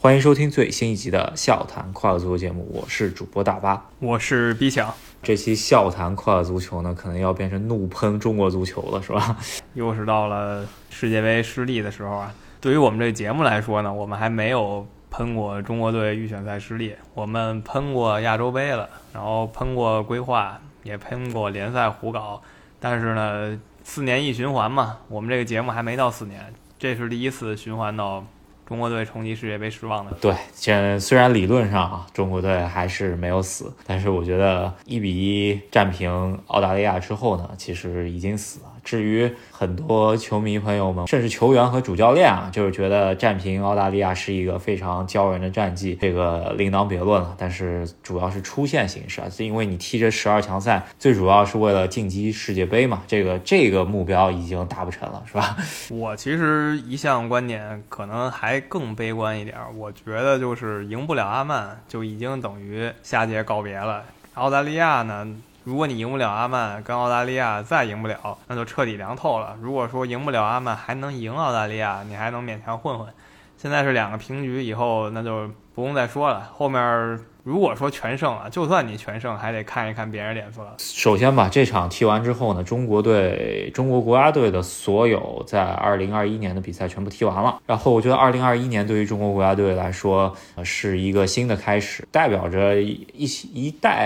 欢迎收听最新一集的笑谈快乐足球节目，我是主播大巴， 我是 B 强。 这期笑谈快乐足球呢，可能要变成怒喷中国足球了，是吧？ 又是到了世界杯失利的时候啊。对于我们这个节目来说呢，我们还没有喷过中国队预选赛失利，我们喷过亚洲杯了，然后喷过规划，也喷过联赛胡搞。但是呢，4年一循环嘛，我们这个节目还没到4年，这是第一次循环到中国队冲击世界杯失望的。 对，虽然理论上中国队还是没有死，但是我觉得1-1战平澳大利亚之后呢，其实已经死了。至于很多球迷朋友们，甚至球员和主教练就是觉得战平澳大利亚是一个非常骄人的战绩，这个另当别论了。但是主要是出线形式是因为你踢这12强赛，最主要是为了晋级世界杯嘛，这个目标已经达不成了，是吧？ 我其实一向观点可能还更悲观一点，我觉得就是赢不了阿曼就已经等于下届告别了。澳大利亚呢，如果你赢不了阿曼，跟澳大利亚再赢不了，那就彻底凉透了。如果说赢不了阿曼还能赢澳大利亚，你还能勉强混混。现在是2个平局，以后那就不用再说了。后面如果说全胜了，就算你全胜，还得看一看别人脸色。 首先吧，这场踢完之后呢，中国国家队的所有在2021年的比赛全部踢完了。然后我觉得2021年对于中国国家队来说，是一个新的开始，代表着一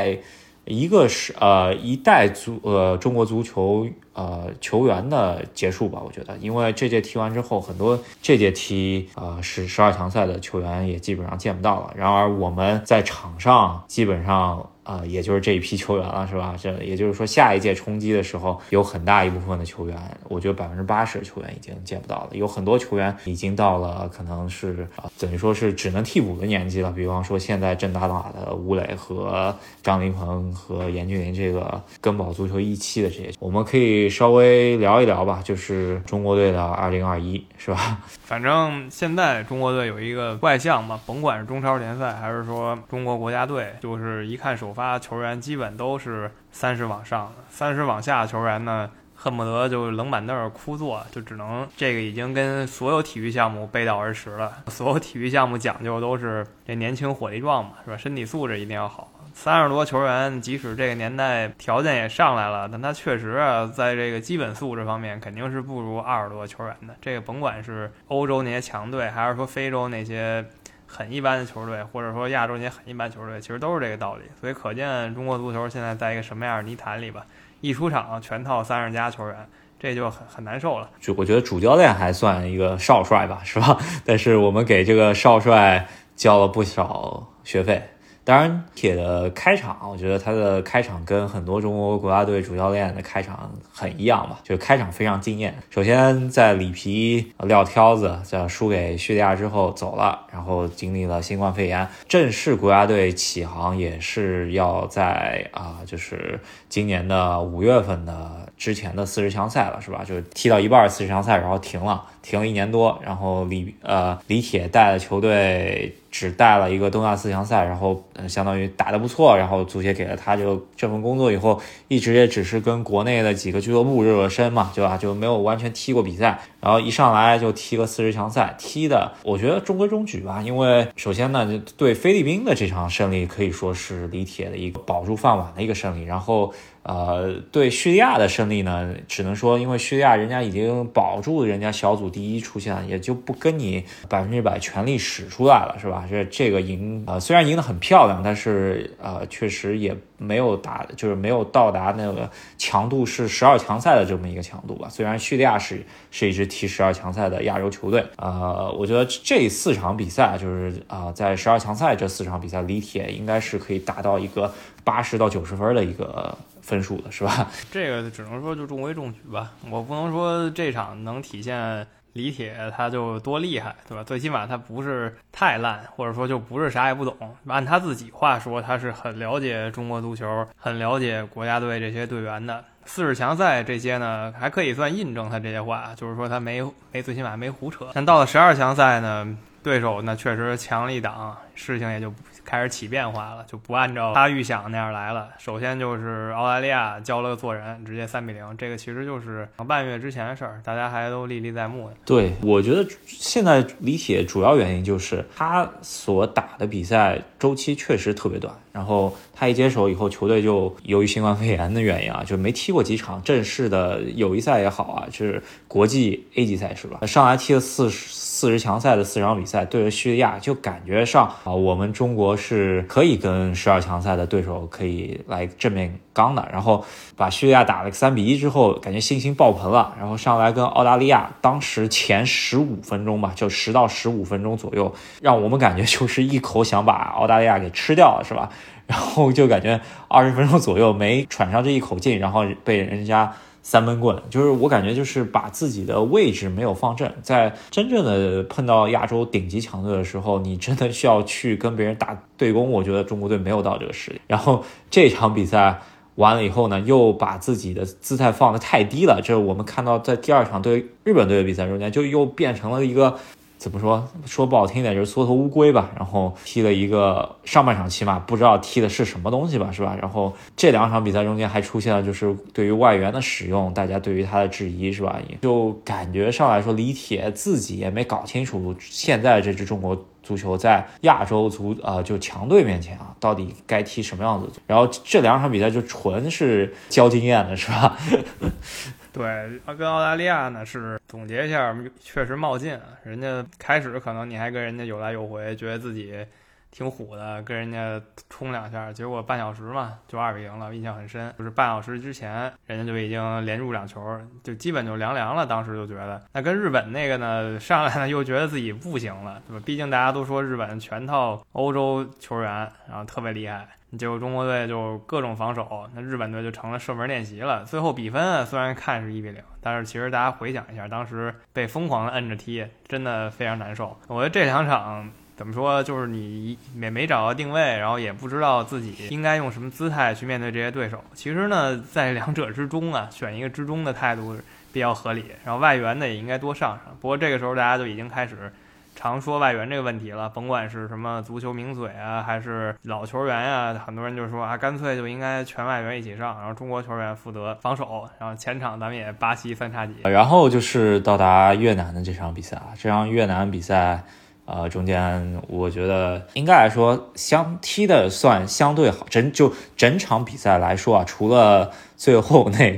代中国足球球员的结束吧。我觉得因为这届踢完之后，很多这届踢是12强赛的球员也基本上见不到了。然而我们在场上基本上也就是这一批球员了，是吧？这也就是说下一届冲击的时候，有很大一部分的球员，我觉得80%的球员已经见不到了。有很多球员已经到了可能是等于说是只能替补的年纪了。比方说现在正打的吴磊和张琳芃和严俊凌这个根宝足球一期的这些，我们可以稍微聊一聊吧，就是中国队的2021，是吧？ 反正现在中国队有一个怪象嘛，甭管是中超联赛还是说中国国家队，就是一看首发球员基本都是30往上的，30往下的球员呢，恨不得就冷板凳枯坐，就只能这个已经跟所有体育项目背道而驰了。所有体育项目讲究都是这年轻火力壮嘛，是吧？身体素质一定要好。30多球员，即使这个年代条件也上来了，但他确实在这个基本素质方面肯定是不如20多球员的。这个甭管是欧洲那些强队，还是说非洲那些很一般的球队，或者说亚洲那些很一般球队，其实都是这个道理。所以可见中国足球现在在一个什么样的泥潭里吧？一出场全套30加球员，这就很难受了。 我觉得主教练还算一个少帅吧，是吧？但是我们给这个少帅交了不少学费。当然铁的开场，我觉得他的开场跟很多中国国家队主教练的开场很一样吧，就是开场非常惊艳。首先在里皮撂挑子在输给叙利亚之后走了，然后经历了新冠肺炎，正式国家队起航也是要在就是今年的5月份的之前的40强赛了，是吧？就是踢到一半40强赛，然后停了1年多，然后李铁带的球队只带了一个东亚4强赛，然后相当于打得不错，然后足协给了他这份工作以后，一直也只是跟国内的几个俱乐部热身嘛，对吧？就没有完全踢过比赛，然后一上来就踢个40强赛，踢的我觉得中规中矩吧。因为首先呢，对菲律宾的这场胜利可以说是李铁的一个保住饭碗的一个胜利，然后对叙利亚的胜利呢，只能说因为叙利亚人家已经保住人家小组第一出现，也就不跟你100%全力使出来了，是吧？这个虽然赢得很漂亮，但是确实也没有到达那个强度是12强赛的这么一个强度吧。虽然叙利亚是一支踢12强赛的亚洲球队，我觉得这4场比赛就是在12强赛这4场比赛，李铁应该是可以达到一个80到90分的一个分数的，是吧？ 这个只能说就中规中矩吧，我不能说这场能体现李铁他就多厉害，对吧？最起码他不是太烂，或者说就不是啥也不懂。按他自己话说，他是很了解中国足球，很了解国家队这些队员的。40强赛这些呢，还可以算印证他这些话，就是说他没最起码没胡扯。但到了12强赛呢， 对手呢确实强力挡，事情也就开始起变化了，就不按照他预想那样来了。首先就是澳大利亚教了个做人，直接3-0，这个其实就是半月之前的事儿，大家还都历历在目的。 对，我觉得现在李铁主要原因就是他所打的比赛周期确实特别短，然后他一接手以后，球队就由于新冠肺炎的原因啊，就没踢过几场正式的友谊赛也好啊，就是国际 A 级赛事吧，上来踢了40强赛的4场比赛，对着叙利亚，就感觉上啊，我们中国是可以跟12强赛的对手可以来正面刚的，然后把叙利亚打了个3-1之后，感觉信心爆棚了，然后上来跟澳大利亚，当时前15分钟吧，就10到15分钟左右，让我们感觉就是一口想把澳大利亚给吃掉了，是吧？然后就感觉20分钟左右没喘上这一口气，然后被人家3闷棍，就是我感觉就是把自己的位置没有放正，在真正的碰到亚洲顶级强队的时候，你真的需要去跟别人打对攻，我觉得中国队没有到这个实力。然后这场比赛完了以后呢，又把自己的姿态放得太低了，这我们看到在第2场对日本队的比赛中间，就又变成了一个怎么说不好听点就是缩头乌龟吧，然后踢了一个上半场起码不知道踢的是什么东西吧，是吧？然后这2场比赛中间还出现了就是对于外援的使用，大家对于他的质疑，是吧？就感觉上来说李铁自己也没搞清楚现在这支中国足球在亚洲就强队面前啊，到底该踢什么样子。然后这2场比赛就纯是交经验的，是吧？ 对，跟澳大利亚呢是总结一下，确实冒进啊。人家开始可能你还跟人家有来有回，觉得自己挺虎的，跟人家冲2下，结果半小时嘛就2-0了，印象很深。就是半小时之前，人家就已经连入2球，就基本就凉了。当时就觉得，那跟日本那个呢，上来呢又觉得自己不行了，对吧？毕竟大家都说日本全套欧洲球员，然后特别厉害。结果中国队就各种防守，那日本队就成了射门练习了。最后比分啊，虽然看是1-0，但是其实大家回想一下，当时被疯狂的摁着踢，真的非常难受。我觉得这2场怎么说，就是你也没找到定位，然后也不知道自己应该用什么姿态去面对这些对手。其实呢，在2者之中啊，选一个之中的态度比较合理，然后外援呢也应该多上。不过这个时候大家就已经开始常说外援这个问题了，甭管是什么足球名嘴啊，还是老球员啊，很多人就说啊，干脆就应该全外援一起上，然后中国球员负责防守，然后前场咱们也巴西3叉戟。 然后就是到达越南的这场比赛啊，这场越南比赛中间我觉得应该来说踢的算相对好，整场比赛来说啊，除了最后那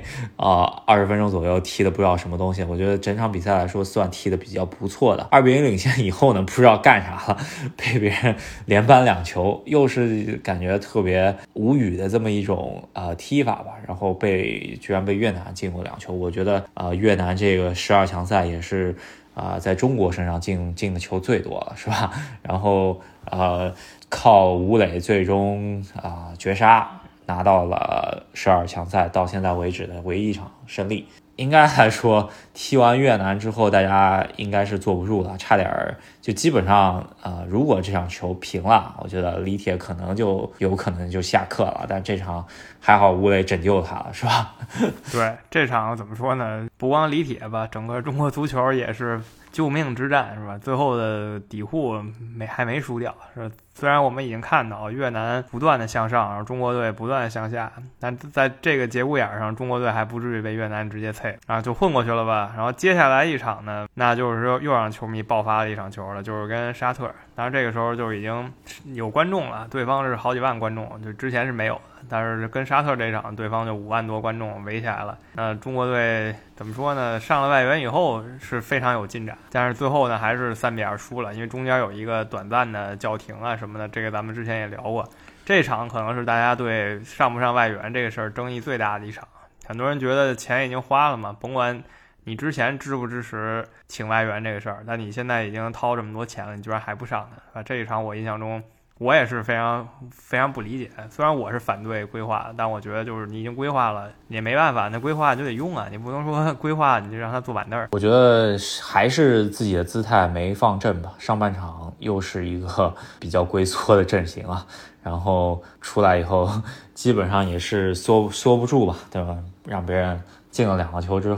20分钟左右踢的不知道什么东西，我觉得整场比赛来说算踢的比较不错的。2-0领先以后呢，不知道干啥了，被别人连扳2球，又是感觉特别无语的这么一种踢法吧，然后居然被越南进过2球。我觉得越南这个12强赛也是在中国身上进的球最多了，是吧？然后靠吴磊最终绝杀拿到了12强赛到现在为止的唯一一场胜利。应该来说，踢完越南之后，大家应该是坐不住了，差点就基本上如果这场球平了，我觉得李铁有可能就下课了。但这场还好吴磊拯救他了，是吧？ 对，这场怎么说呢？不光李铁吧，整个中国足球也是救命之战，是吧？最后的底户还没输掉，是吧？虽然我们已经看到越南不断的向上，然后中国队不断的向下，但在这个节骨眼上，中国队还不至于被越南直接啐，然后就混过去了吧。然后接下来一场呢，那就是说又让球迷爆发了一场球了，就是跟沙特。当然这个时候就已经有观众了，对方是好几万观众，就之前是没有的。但是跟沙特这场，对方就5万多观众围起来了。那中国队怎么说呢？上了外援以后是非常有进展，但是最后呢还是3-2输了，因为中间有一个短暂的叫停啊什么的，这个咱们之前也聊过。这场可能是大家对上不上外援这个事儿争议最大的一场。很多人觉得钱已经花了嘛，甭管你之前支不支持请外援这个事儿，但你现在已经掏这么多钱了，你居然还不上呢？这一场我印象中我也是非常非常不理解，虽然我是反对规划，但我觉得就是你已经规划了，你也没办法，那规划就得用啊，你不能说规划你就让他坐板凳。 我觉得还是自己的姿态没放正吧，上半场又是一个比较龟缩的阵型啊，然后出来以后基本上也是缩不住吧，对吧？让别人进了2个球之后，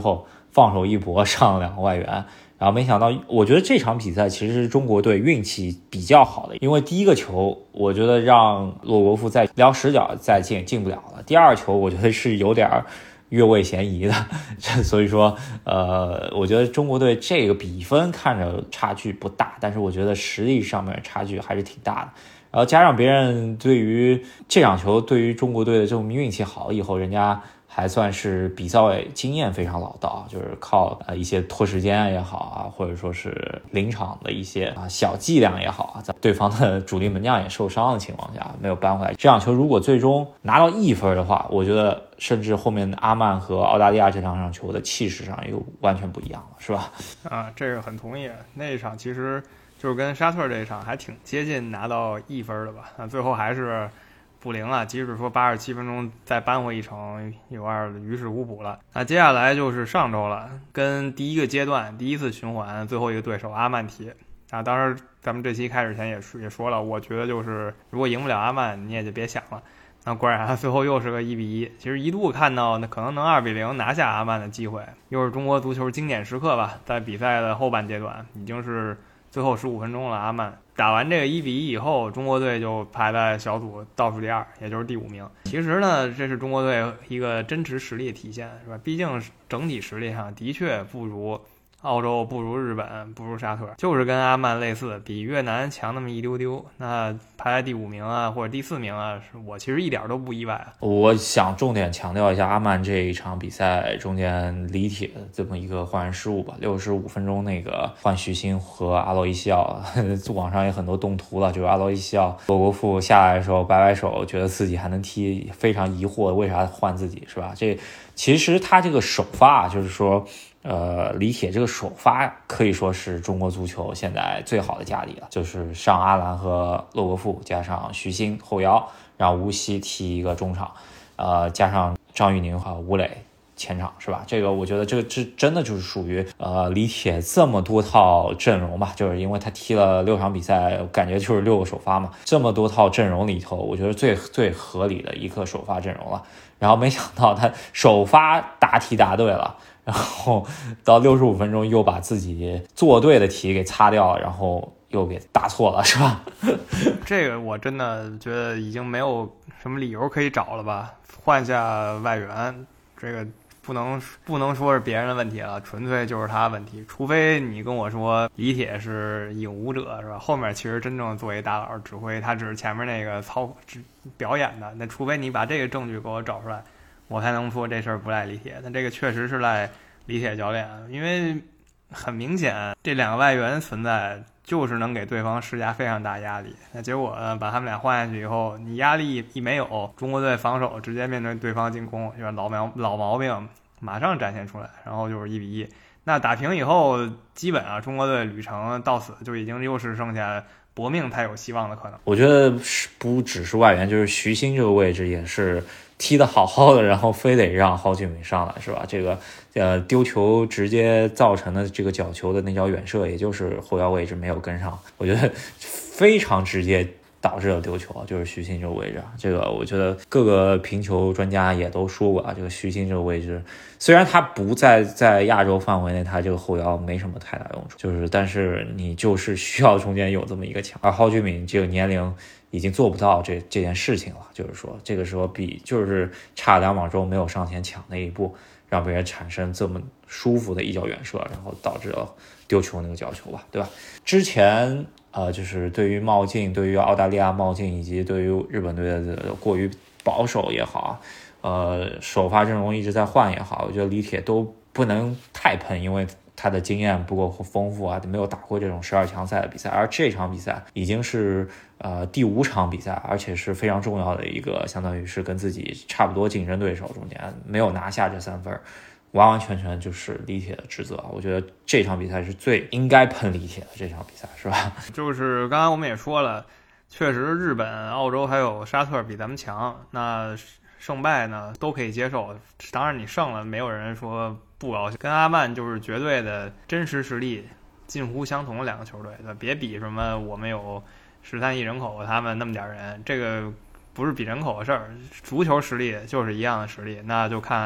放手一搏上了2个外援，然后没想到，我觉得这场比赛其实是中国队运气比较好的，因为第一个球我觉得让洛国富再撩死角再进不了了，第二球我觉得是有点越位嫌疑的，所以说我觉得中国队这个比分看着差距不大，但是我觉得实力上面差距还是挺大的。然后加上别人对于这场球对于中国队的这种运气好以后，人家还算是比赛经验非常老道，就是靠一些拖时间也好啊，或者说是临场的一些小伎俩也好啊，在对方的主力门将也受伤的情况下没有扳回来。这场球如果最终拿到1分的话，我觉得甚至后面阿曼和澳大利亚这两场球的气势上又完全不一样了，是吧？ 这个很同意。那一场其实就是跟沙特这一场还挺接近拿到1分的吧，最后还是不灵啊，即使说87分钟再扳回一城，有点于事无补了。那接下来就是上周了，跟第一个阶段第一次循环最后一个对手阿曼踢啊。当时咱们这期开始前也说了，我觉得就是如果赢不了阿曼，你也就别想了。那果然最后又是个1-1，其实一度看到那可能能2-0拿下阿曼的机会，又是中国足球经典时刻吧。在比赛的后半阶段，已经是最后15分钟了，阿曼打完这个1-1以后，中国队就排在小组倒数第2，也就是第5名。其实呢，这是中国队一个真实实力体现，是吧？毕竟整体实力上的确不如澳洲，不如日本，不如沙特，就是跟阿曼类似，比越南强那么一丢丢。那排在第5名啊，或者第4名啊，我其实一点都不意外啊。 我想重点强调一下阿曼这一场比赛中间李铁的这么一个换人失误吧。65分钟那个换徐新和阿洛伊西奥，网上有很多动图了，就是阿洛伊西奥洛国富下来的时候摆摆手，觉得自己还能踢，非常疑惑为啥换自己，是吧？这其实他这个首发就是说李铁这个首发可以说是中国足球现在最好的家底了，就是上阿兰和洛国富加上徐新后腰，让吴曦踢一个中场，加上张玉宁和吴磊前场，是吧？这个我觉得这真的就是属于李铁这么多套阵容吧，就是因为他踢了6场比赛，感觉就是6个首发嘛，这么多套阵容里头，我觉得最合理的一个首发阵容了。然后没想到他首发答题答对了，然后到65分钟又把自己做对的题给擦掉，然后又给答错了，是吧？ 这个我真的觉得已经没有什么理由可以找了吧？换下外援，这个不能说是别人的问题了，纯粹就是他问题。除非你跟我说李铁是影武者，是吧？后面其实真正作为大佬指挥，他只是前面那个表演的。那除非你把这个证据给我找出来，我才能说这事儿不赖李铁。但这个确实是赖李铁教练，因为很明显这2个外援存在就是能给对方施加非常大压力。那结果呢，把他们俩换下去以后，你压力一没有，中国队防守直接面对对方进攻，就是老毛病马上展现出来，然后就是1-1。那打平以后，基本中国队旅程到此就已经又是剩下搏命才有希望的可能。 我觉得不只是外援，就是徐新这个位置也是踢得好好的，然后非得让蒿俊闵上来，是吧？这个丢球直接造成的这个角球的那脚远射，也就是后腰位置没有跟上，我觉得非常直接导致了丢球，就是徐新这个位置。这个我觉得各个评球专家也都说过啊，这个徐新这个位置虽然他不在亚洲范围内，他这个后腰没什么太大用处，就是但是你就是需要中间有这么一个墙，而蒿俊闵这个年龄已经做不到这件事情了，就是说这个时候就是差2码钟没有上前抢那一步，让别人产生这么舒服的一脚远射，然后导致了丢球那个角球吧，对吧？之前就是对于冒进，对于澳大利亚冒进，以及对于日本队的过于保守也好，首发阵容一直在换也好，我觉得李铁都不能太喷，因为他的经验不够丰富啊，没有打过这种12强赛的比赛。而这场比赛已经是第5场比赛，而且是非常重要的一个，相当于是跟自己差不多竞争对手中间没有拿下这3分，完完全全就是李铁的职责。我觉得这场比赛是最应该喷李铁的这场比赛，是吧？ 就是刚刚我们也说了，确实日本、澳洲还有沙特比咱们强，那胜败呢都可以接受。当然你胜了，没有人说不高兴。跟阿曼就是绝对的真实实力近乎相同的2个球队，别比什么我们有13亿人口，他们那么点人，这个不是比人口的事儿，足球实力就是一样的实力，那就看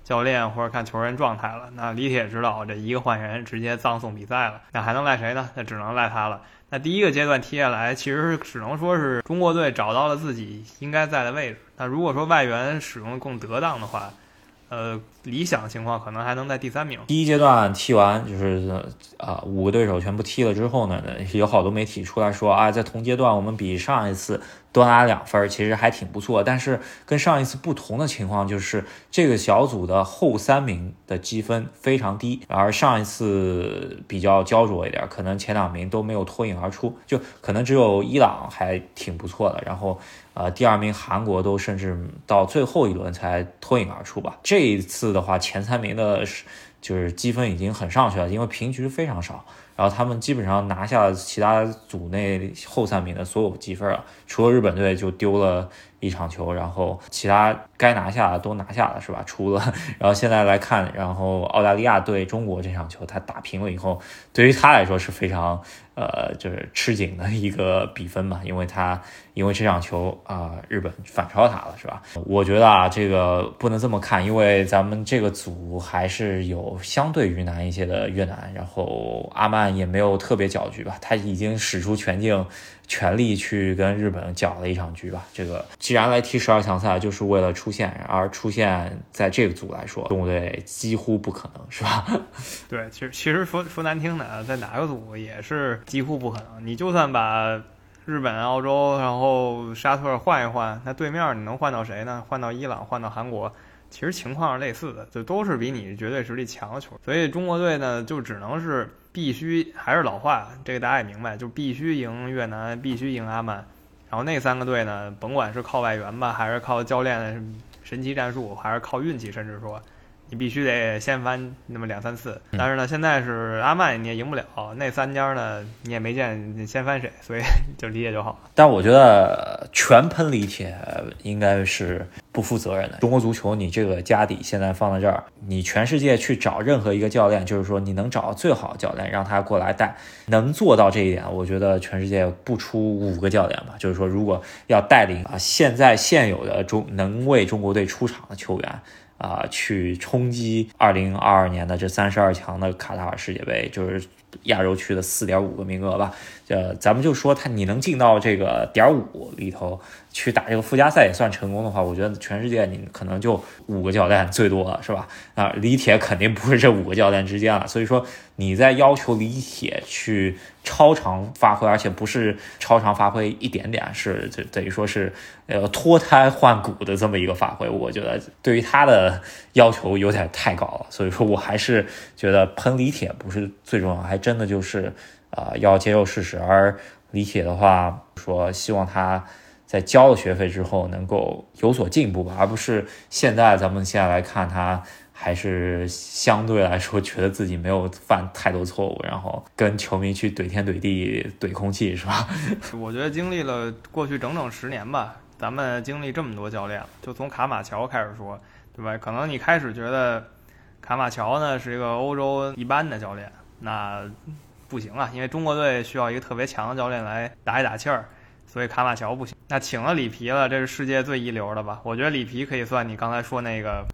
教练或者看球员状态了。那李铁指导这一个换人直接葬送比赛了，那还能赖谁呢？那只能赖他了。那第一个阶段踢下来，其实只能说是中国队找到了自己应该在的位置。那如果说外援使用更得当的话，理想情况可能还能在第3名。 第一阶段踢完，就是5个对手全部踢了之后呢，有好多媒体出来说啊，在同阶段我们比上一次多拿2分，其实还挺不错。但是跟上一次不同的情况就是，这个小组的后3名的积分非常低，而上一次比较焦灼一点，可能前2名都没有脱颖而出，就可能只有伊朗还挺不错的，然后第2名韩国都甚至到最后一轮才脱颖而出吧。这一次的话，前3名的就是积分已经很上去了，因为平局非常少，然后他们基本上拿下了其他组内后3名的所有积分了，除了日本队就丢了1场球，然后其他该拿下的都拿下了，是吧？除了，然后现在来看，然后澳大利亚对中国这场球他打平了以后，对于他来说是非常就是吃紧的一个比分嘛，因为这场球日本反超他了，是吧？我觉得这个不能这么看，因为咱们这个组还是有相对于难一些的越南，然后阿曼也没有特别搅局吧，他已经使出全劲全力去跟日本搅了一场局吧。这个既然来踢12强赛，就是为了出线，而出线在这个组来说，中国队几乎不可能，是吧？ 对，其实说难听的，在哪个组也是几乎不可能。你就算把日本、澳洲，然后沙特换一换，那对面你能换到谁呢？换到伊朗，换到韩国，其实情况是类似的，就都是比你绝对实力强的球。所以中国队呢，就只能是必须，还是老话，这个大家也明白，就必须赢越南，必须赢阿曼。然后那3个队呢，甭管是靠外援吧，还是靠教练的神奇战术，还是靠运气，甚至说你必须得先翻那么2、3次。但是呢，现在是阿曼你也赢不了，那3家呢你也没见你先翻谁，所以就理解就好了。 但我觉得全喷李铁应该是不负责任的。中国足球你这个家底现在放在这儿，你全世界去找任何一个教练，就是说你能找到最好的教练让他过来带，能做到这一点，我觉得全世界不出5个教练吧。就是说如果要带领现有的能为中国队出场的球员去冲击2022年的这32强的卡塔尔世界杯，就是亚洲区的4.5个名额吧。咱们就说你能进到这个0.5里头去打这个附加赛也算成功的话，我觉得全世界你可能就5个教练最多了，是吧？李铁肯定不是这5个教练之间了，所以说你在要求李铁去超常发挥，而且不是超常发挥一点点，是等于说是脱胎换骨的这么一个发挥，我觉得对于他的要求有点太高了，所以说我还是觉得喷李铁不是最重要，还真的就是要接受事实。而李铁的话说，希望他在交了学费之后能够有所进步吧，而不是咱们现在来看他还是相对来说觉得自己没有犯太多错误，然后跟球迷去怼天怼地怼空气，是吧？ 我觉得经历了过去整整10年吧，咱们经历这么多教练，就从卡马乔开始说，对吧？可能你开始觉得卡马乔呢是一个欧洲一般的教练，那不行啊，因为中国队需要一个特别强的教练来打一打气儿，所以卡马乔不行。那请了里皮了，这是世界最一流的吧？我觉得里皮可以算你刚才说那个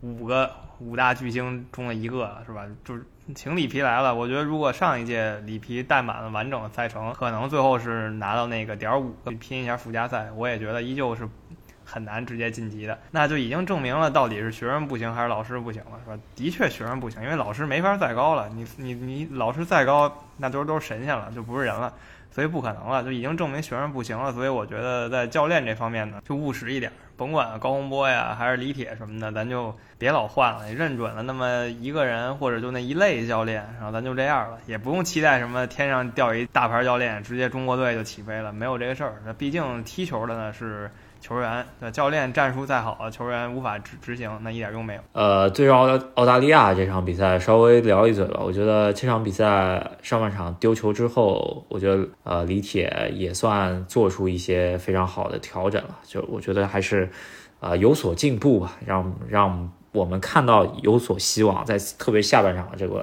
5大巨星中的一个了，是吧？就是请里皮来了，我觉得如果上一届里皮带满了完整的赛程，可能最后是拿到那个0.5个拼一下附加赛，我也觉得依旧是很难直接晋级的，那就已经证明了到底是学生不行还是老师不行了，是吧？的确学生不行，因为老师没法再高了，你老师再高，那都是神仙了，就不是人了，所以不可能了，就已经证明学生不行了。所以我觉得在教练这方面呢，就务实一点，甭管高洪波呀还是李铁什么的，咱就别老换了，认准了那么一个人或者就那一类教练，然后咱就这样了，也不用期待什么天上掉一大牌教练，直接中国队就起飞了，没有这个事儿。那毕竟踢球的呢是球员，教练战术再好，球员无法执行，那一点用没有。 对着澳大利亚这场比赛稍微聊一嘴吧。我觉得这场比赛上半场丢球之后，我觉得李铁也算做出一些非常好的调整了，就我觉得还是有所进步吧，让我们看到有所希望，在特别下半场这个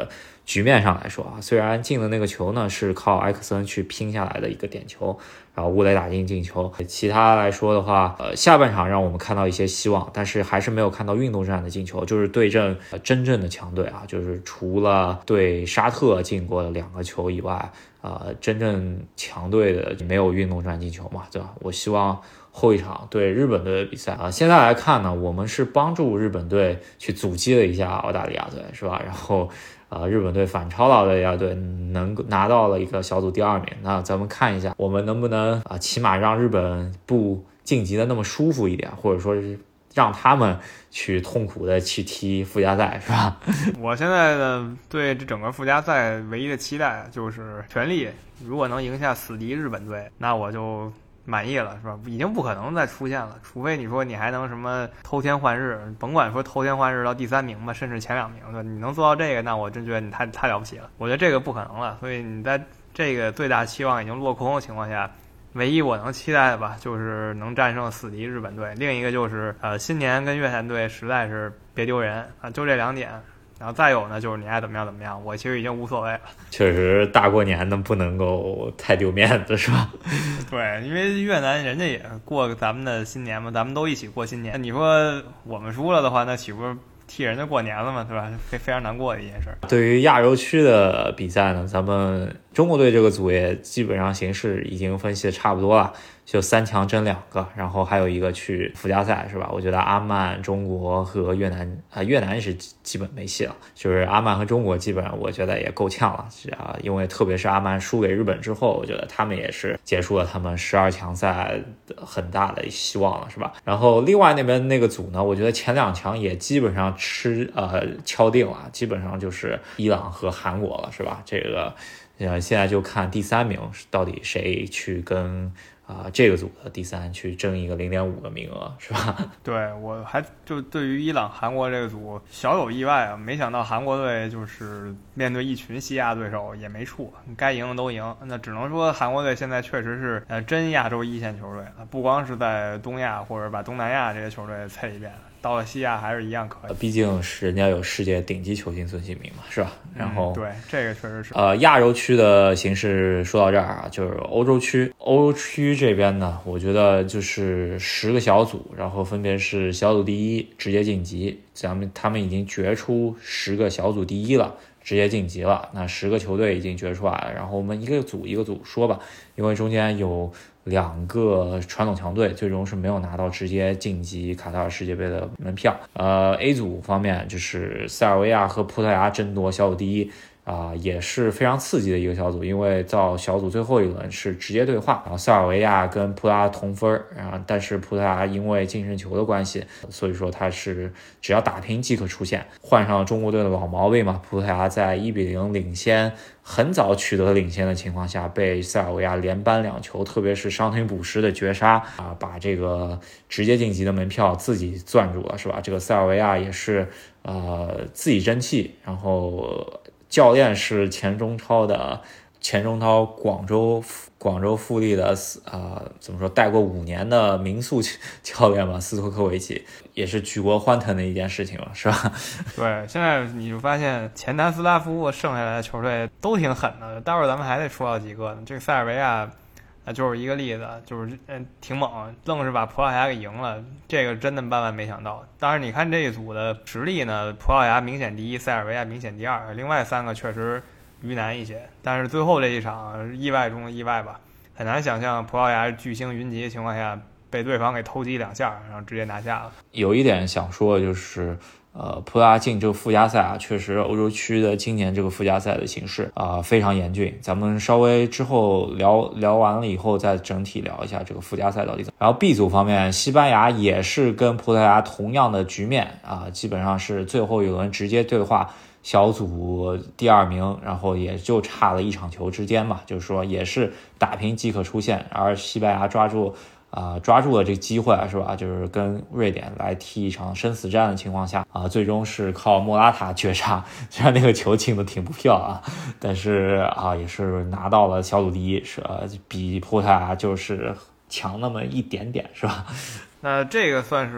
局面上来说啊，虽然进的那个球呢是靠埃克森去拼下来的一个点球，然后乌雷打进进球，其他来说的话，下半场让我们看到一些希望，但是还是没有看到运动战的进球，就是对阵真正的强队啊，就是除了对沙特进过2个球以外，真正强队的没有运动战进球嘛，对吧？我希望后一场对日本队的比赛啊，现在来看呢，我们是帮助日本队去阻击了一下澳大利亚队，是吧？然后日本队反超了澳大利亚队，能拿到了一个小组第2名。那咱们看一下，我们能不能起码让日本不晋级的那么舒服一点，或者说是让他们去痛苦的去踢附加赛，是吧？ 我现在呢对这整个附加赛唯一的期待就是全力，如果能赢下死敌日本队，那我就满意了，是吧？已经不可能再出现了，除非你说你还能什么偷天换日，甭管说偷天换日到第3名吧，甚至前2名的，你能做到这个，那我真觉得你太了不起了。我觉得这个不可能了，所以你在这个最大期望已经落空的情况下，唯一我能期待的吧，就是能战胜死敌日本队，另一个就是新年跟越南队实在是别丢人啊，就这2点。然后再有呢，就是你爱怎么样怎么样，我其实已经无所谓了。 确实，大过年的不能够太丢面子，是吧？ 对，因为越南人家也过咱们的新年嘛，咱们都一起过新年。你说我们输了的话，那岂不是替人家过年了嘛，对吧？非常难过的一件事。 对于亚洲区的比赛呢，咱们中国队这个组也基本上形势已经分析的差不多了。就3强争2个，然后还有一个去附加赛，是吧？我觉得阿曼、中国和越南越南是基本没戏了。就是阿曼和中国基本上我觉得也够呛了因为特别是阿曼输给日本之后，我觉得他们也是结束了他们12强赛很大的希望了，是吧？然后另外那边那个组呢，我觉得前2强也基本上敲定了，基本上就是伊朗和韩国了，是吧？这个现在就看第3名到底谁去跟这个组的第3去争一个0.5个名额，是吧？ 对，我还就对于伊朗、韩国这个组小有意外啊，没想到韩国队就是面对一群西亚对手也没怵，该赢的都赢。那只能说韩国队现在确实是真亚洲1线球队，不光是在东亚或者把东南亚这些球队踩一遍，到了西亚还是一样可以。 毕竟是人家有世界顶级球星孙兴民嘛，是吧？然后对，这个确实是。 亚洲区的形势说到这儿啊，就是欧洲区这边呢，我觉得就是10个小组，然后分别是小组第1直接晋级，他们已经决出10个小组第1了，直接晋级了。那10个球队已经决出来了，然后我们一个组一个组说吧，因为中间有2个传统强队最终是没有拿到直接晋级卡塔尔世界杯的门票。A 组方面就是塞尔维亚和葡萄牙争夺小组第1。也是非常刺激的一个小组，因为到小组最后一轮是直接对话，然后塞尔维亚跟葡萄牙同分，但是葡萄牙因为净胜球的关系，所以说它是只要打平即可出线。换上了中国队的老毛病嘛，葡萄牙在1-0领先，很早取得领先的情况下，被塞尔维亚连扳2球，特别是伤停补时的绝杀把这个直接晋级的门票自己攥住了，是吧？这个塞尔维亚也是自己争气，然后教练是前中超广州富力的怎么说带过5年的民宿教练吧，斯托科维奇，也是举国欢腾的一件事情了，是吧？ 对，现在你就发现前南斯拉夫剩下来的球队都挺狠的，待会儿咱们还得说到几个呢。这个塞尔维亚就是一个例子，就是挺猛，愣是把葡萄牙给赢了，这个真的万万没想到。当然你看这一组的实力呢，葡萄牙明显第1，塞尔维亚明显第2，另外3个确实鱼难一些。但是最后这一场意外中的意外吧，很难想象葡萄牙巨星云集的情况下被对方给偷击2下，然后直接拿下了。 有一点想说的就是葡萄牙进这个附加赛确实欧洲区的今年这个附加赛的形势非常严峻。咱们稍微之后聊完了以后再整体聊一下这个附加赛到底怎么。然后 B 组方面，西班牙也是跟葡萄牙同样的局面基本上是最后一轮直接对话小组第2名，然后也就差了1场球之间嘛，就是说也是打平即可出线，而西班牙抓住了这个机会是吧？就是跟瑞典来踢一场生死战的情况下最终是靠莫拉塔绝杀，虽然那个球进的挺不漂但是也是拿到了小组第1，是比葡萄牙就是强那么一点点，是吧？ 那这个算是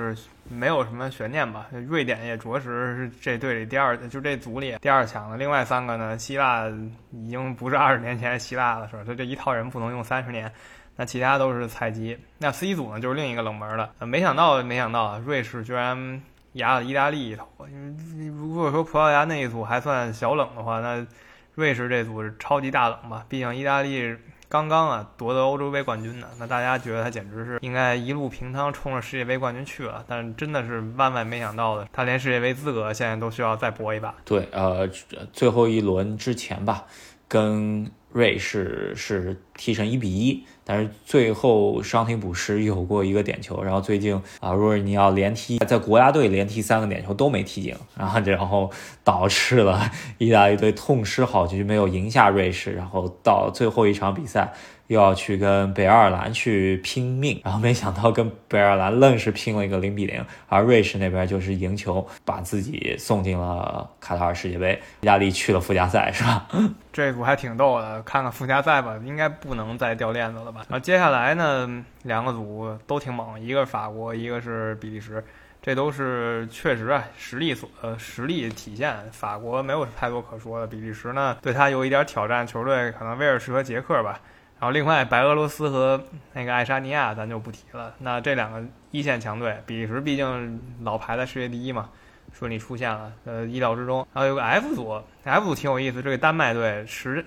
没有什么悬念吧。瑞典也着实是这队里就这组里第二强的。另外3个呢，希腊已经不是20年前希腊了，是吧？所以这一套人不能用30年。那其他都是菜鸡。那 C 组呢，就是另一个冷门了。没想到瑞士居然压了意大利一头。如果说葡萄牙那一组还算小冷的话，那瑞士这组是超级大冷吧？毕竟意大利刚刚夺得欧洲杯冠军呢，那大家觉得他简直是应该一路平汤冲着世界杯冠军去了。但真的是万万没想到的，他连世界杯资格现在都需要再搏一把。 对，最后一轮之前吧，跟瑞士是踢成1-1，但是最后伤停补时有过一个点球，然后最近若尔尼奥在国家队连踢3个点球都没踢进，然后导致了意大利队痛失好局，没有赢下瑞士，然后到最后一场比赛又要去跟北爱尔兰去拼命，然后没想到跟北爱尔兰愣是拼了一个0-0，而瑞士那边就是赢球把自己送进了卡塔尔世界杯，意大利去了附加赛，是吧？ 这组还挺逗的，看看附加赛吧，应该不能再掉链子了吧。然后接下来呢，2个组都挺猛，一个是法国，一个是比利时，这都是确实实力体现。法国没有太多可说的，比利时呢对他有一点挑战，球队可能威尔士和捷克吧。然后另外白俄罗斯和那个爱沙尼亚咱就不提了。那这2个一线强队，比利时毕竟老排在世界第1嘛，顺利出现了，意料之中。然后有个 F 组挺有意思，这个丹麦队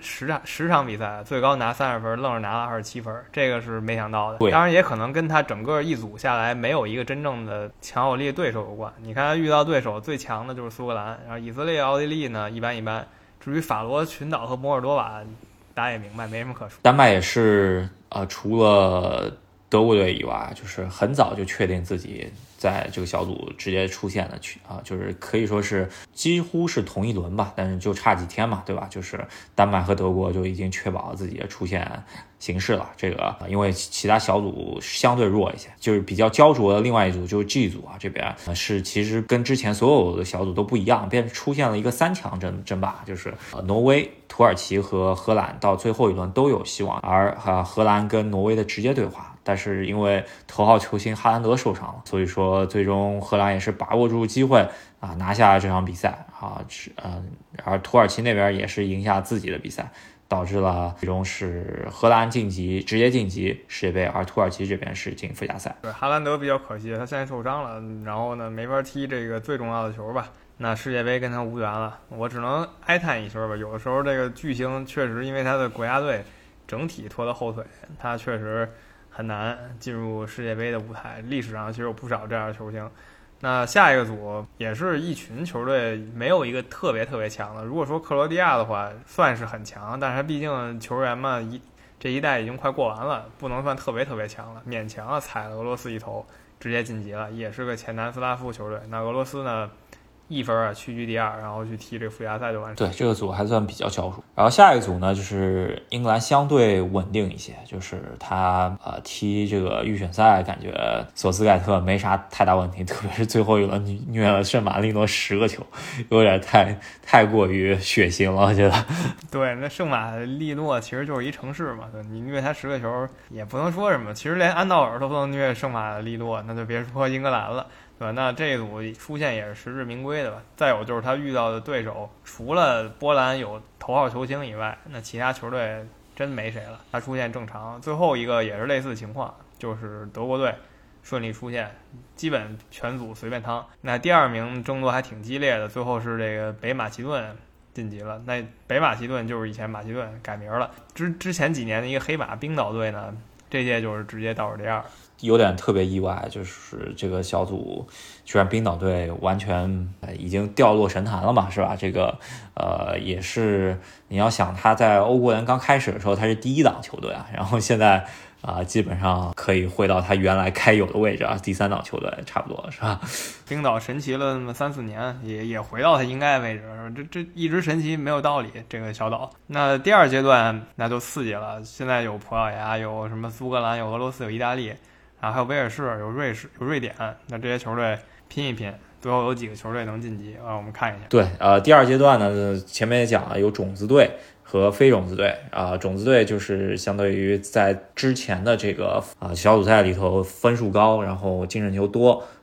10场比赛最高拿30分，愣是拿了27分，这个是没想到的。当然也可能跟他整个一组下来没有一个真正的强有力的对手有关。你看他遇到对手最强的就是苏格兰，然后以色列、奥地利呢一般。至于法罗群岛和摩尔多瓦，大家也明白，没什么可说。 丹麦也是除了德国队以外，就是很早就确定自己在这个小组直接出现的就是可以说是几乎是同一轮吧，但是就差几天嘛，对吧？就是丹麦和德国就已经确保了自己的出现形势了。这个因为其他小组相对弱一些，就是比较焦灼的另外一组就是 G 组这边是其实跟之前所有的小组都不一样，出现了一个3强争霸，就是挪威、土耳其和荷兰到最后一轮都有希望，而荷兰跟挪威的直接对话。但是因为头号球星哈兰德受伤了，所以说最终荷兰也是把握住机会拿下这场比赛而土耳其那边也是赢下自己的比赛，导致了最终是荷兰直接晋级世界杯，而土耳其这边是进附加赛。 对，哈兰德比较可惜，他现在受伤了，然后呢没法踢这个最重要的球吧。那世界杯跟他无缘了，我只能哀叹一声吧。有的时候这个巨星确实因为他的国家队整体拖了后腿，他确实很难进入世界杯的舞台。历史上其实有不少这样的球星。那下一个组也是一群球队，没有一个特别强的。如果说克罗地亚的话，算是很强，但是他毕竟球员嘛，这一代已经快过完了，不能算特别强了，勉强踩了俄罗斯一头，直接晋级了，也是个前南斯拉夫球队。那俄罗斯呢，1分屈居第2，然后去踢这个附加赛就完成。 对，这个组还算比较焦灼。然后下一个组呢，就是英格兰相对稳定一些，就是他踢这个预选赛，感觉索斯盖特没啥太大问题，特别是最后一轮虐了圣马力诺10个球，有点太过于血腥了，我觉得。 对，那圣马力诺其实就是一城市嘛，对，你虐他10个球也不能说什么。其实连安道尔都不能虐圣马力诺，那就别说英格兰了。对吧？那这一组出现也是实至名归的吧。再有就是他遇到的对手，除了波兰有头号球星以外，那其他球队真没谁了。他出现正常。最后一个也是类似情况，就是德国队顺利出现，基本全组随便趟。那第2名争夺还挺激烈的，最后是这个北马其顿晋级了。那北马其顿就是以前马其顿改名了，之前几年的一个黑马冰岛队呢，这届就是直接倒数第2。 有点特别意外，就是这个小组居然冰岛队完全已经掉落神坛了嘛，是吧？这个也是你要想他在欧国联刚开始的时候他是第1档球队然后现在基本上可以回到他原来该有的位置第3档球队差不多，是吧？ 冰岛神奇了那么3-4年，也回到他应该的位置，这一直神奇没有道理。这个小岛，那第2阶段那就刺激了，现在有葡萄牙，有什么苏格兰，有俄罗斯，有意大利。还有威尔士，有瑞典，那这些球队拼一拼，最后有几个球队能晋级我们看一下。 对，第2阶段呢，前面也讲了，有种子队和非种子队种子队就是相对于在之前的这个小组赛里头分数高，然后净胜球多，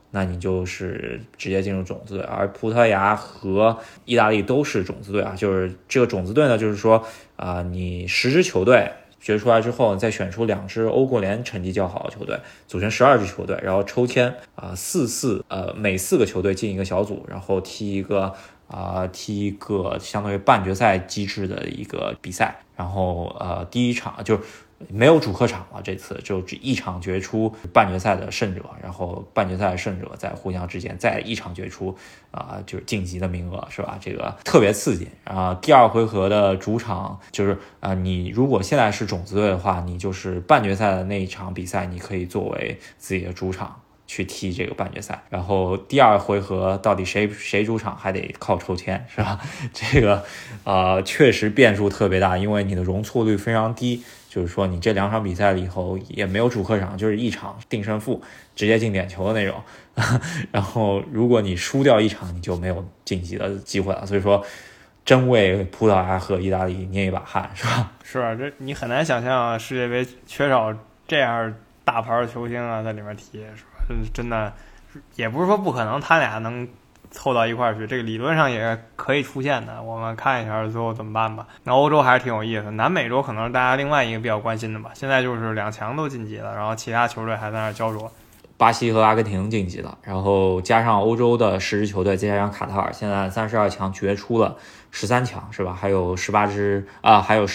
那你就是直接进入种子队。而葡萄牙和意大利都是种子队啊，就是这个种子队呢，就是说你10支球队决出来之后，再选出2支欧国联成绩较好的球队，组成12支球队，然后抽签每4个球队进一个小组，然后踢一个相当于半决赛机制的一个比赛。然后第一场就没有主客场了，这次就只一场决出半决赛的胜者，然后半决赛的胜者在互相之间再一场决出就是晋级的名额，是吧？这个特别刺激第2回合的主场就是你如果现在是种子队的话，你就是半决赛的那一场比赛，你可以作为自己的主场去踢这个半决赛，然后第2回合到底谁主场还得靠抽签，是吧？这个确实变数特别大，因为你的容错率非常低，就是说你这2场比赛了以后也没有主客场，就是一场定胜负，直接进点球的那种。然后如果你输掉一场，你就没有晋级的机会了。所以说，真为葡萄牙和意大利捏一把汗，是吧？ 是啊，这你很难想象世界杯缺少这样大牌球星在里面踢，是吧？真的也不是说不可能他俩能凑到一块儿去，这个理论上也可以出现的，我们看一下最后怎么办吧。那欧洲还是挺有意思，南美洲可能是大家另外一个比较关心的吧。现在就是2强都晋级了，然后其他球队还在那焦灼。 巴西和阿根廷晋级了，然后加上欧洲的10支球队，再加上卡塔尔，现在32强决出了13强，是吧？还有18支还有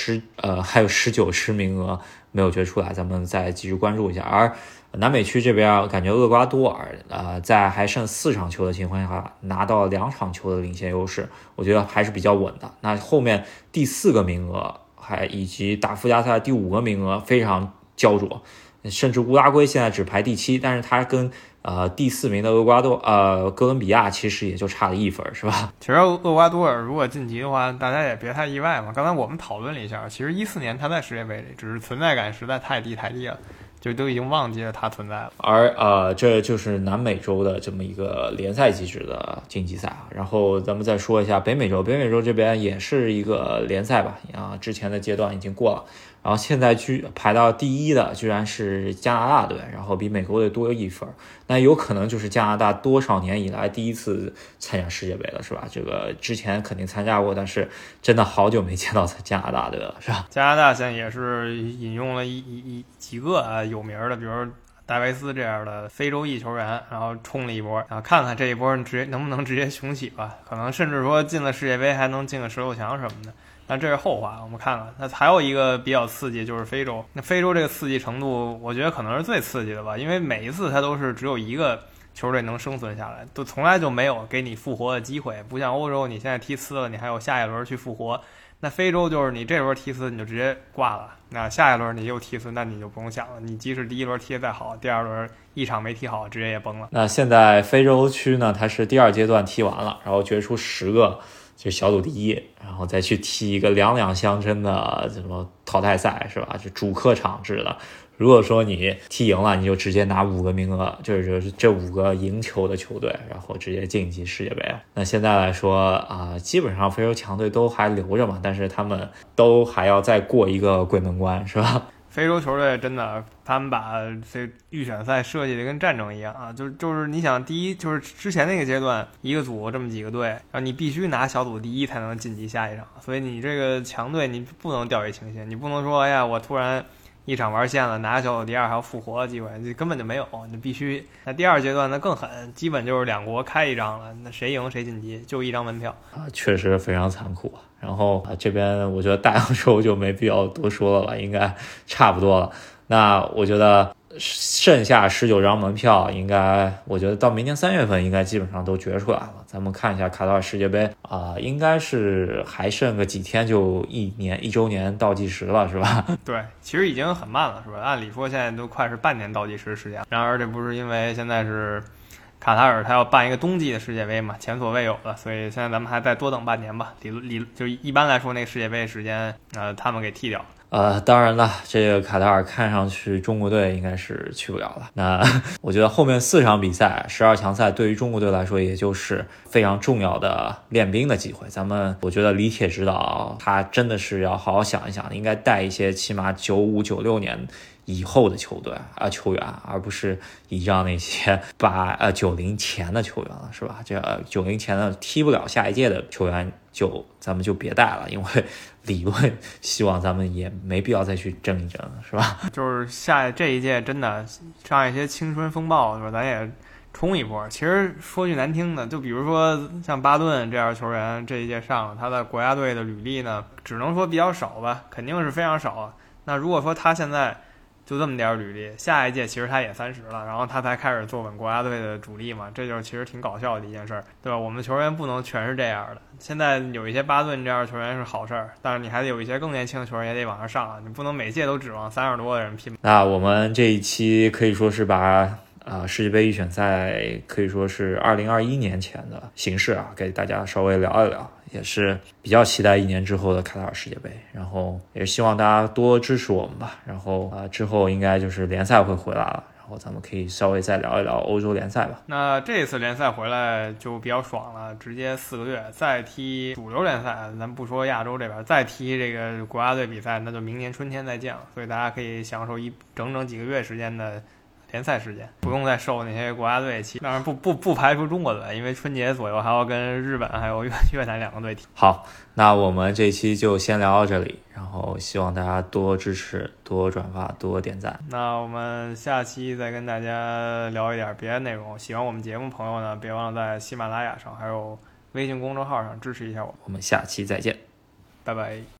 19支名额没有决出来，咱们再继续关注一下。而南美区这边感觉厄瓜多尔在还剩4场球的情况下拿到2场球的领先优势，我觉得还是比较稳的。那后面第4个名额以及打附加赛第5个名额非常焦灼，甚至乌拉圭现在只排第7，但是他跟第4名的哥伦比亚其实也就差了1分，是吧？ 其实厄瓜多尔如果晋级的话，大家也别太意外嘛。刚才我们讨论了一下，其实14年他在世界杯里只是存在感实在太低了，就都已经忘记了他存在了。 而这就是南美洲的这么一个联赛机制的晋级赛啊。然后咱们再说一下北美洲这边也是一个联赛吧，之前的阶段已经过了。然后现在排到第1的居然是加拿大队，然后比美国队多1分，那有可能就是加拿大多少年以来第一次参加世界杯了，是吧？这个之前肯定参加过，但是真的好久没见到加拿大队了，是吧？ 加拿大现在也是引用了几个有名的，比如戴维斯这样的非洲裔球员，然后冲了一波，然后看看这一波能不能直接雄起吧？可能甚至说进了世界杯还能进个16强什么的。但这是后话，我们看看。那还有一个比较刺激就是非洲，那非洲这个刺激程度，我觉得可能是最刺激的吧，因为每一次它都是只有一个球队能生存下来，都从来就没有给你复活的机会，不像欧洲，你现在踢呲了，你还有下一轮去复活。那非洲就是你这轮踢呲你就直接挂了，那下一轮你又踢呲，那你就不用想了，你即使第1轮踢得再好，第2轮一场没踢好，直接也崩了。 那现在非洲区呢，它是第2阶段踢完了，然后决出10个就小组第1，然后再去踢一个两两相争的什么淘汰赛，是吧？就主客场制的。如果说你踢赢了，你就直接拿5个名额，就是这5个赢球的球队，然后直接晋级世界杯。那现在来说基本上非洲强队都还留着嘛，但是他们都还要再过一个鬼门关，是吧？ 非洲球队真的，他们把这预选赛设计的跟战争一样啊，就是你想，第一就是之前那个阶段，一个组这么几个队，然后你必须拿小组第1才能晋级下一场，所以你这个强队你不能掉以轻心，你不能说哎呀我突然一场玩线了，拿小组第2还有复活的机会，这根本就没有，你必须。那第2阶段那更狠，基本就是2国开一张了，那谁赢谁晋级，就1张门票确实非常残酷。然后这边我觉得大洋洲就没必要多说了吧，应该差不多了。那我觉得剩下19张门票应该，我觉得到明年3月份应该基本上都决出来了。咱们看一下卡塔尔世界杯应该是还剩个几天就1周年倒计时了，是吧？ 对，其实已经很慢了，是吧？按理说现在都快是半年倒计时时间，然而这不是因为现在是卡塔尔他要办一个冬季的世界杯嘛，前所未有的，所以现在咱们还再多等半年吧。就一般来说那个世界杯时间他们给替掉了。 当然了，这个卡塔尔看上去中国队应该是去不了了。那我觉得后面4场比赛12强赛对于中国队来说也就是非常重要的练兵的机会。我觉得李铁指导他真的是要好好想一想，应该带一些起码95、96年以后的球员，而不是依仗那些90前的球员了，是吧？这90前的踢不了下一届的球员咱们就别带了，因为理论希望咱们也没必要再去争一争，是吧？ 就是这一届真的上一些青春风暴，是吧？咱也冲一波。其实说句难听的，就比如说像巴顿这样的球员，这一届上了，他的国家队的履历呢，只能说比较少吧，肯定是非常少。那如果说他现在就这么点履历，下一届其实他也30了，然后他才开始坐稳国家队的主力嘛，这就是其实挺搞笑的一件事儿，对吧？我们球员不能全是这样的。现在有一些巴顿这样的球员是好事儿，但是你还得有一些更年轻的球员也得往上上啊，你不能每届都指望30多的人拼。 那我们这一期可以说是把世界杯预选赛可以说是2021年前的形势给大家稍微聊一聊，也是比较期待1年之后的卡塔尔世界杯，然后也是希望大家多支持我们吧。然后之后应该就是联赛会回来了，然后咱们可以稍微再聊一聊欧洲联赛吧。 那这次联赛回来就比较爽了，直接4个月再踢主流联赛，咱不说亚洲这边，再踢这个国家队比赛，那就明年春天再见了。所以大家可以享受整几个月时间的联赛时间，不用再受那些国家队气。当然不排除中国队，因为春节左右还要跟日本还有越南2个队踢。 好，那我们这期就先聊到这里，然后希望大家多支持、多转发、多点赞。 那我们下期再跟大家聊一点别的内容。喜欢我们节目朋友呢，别忘了在喜马拉雅上还有微信公众号上支持一下我们。 我们下期再见， 拜拜。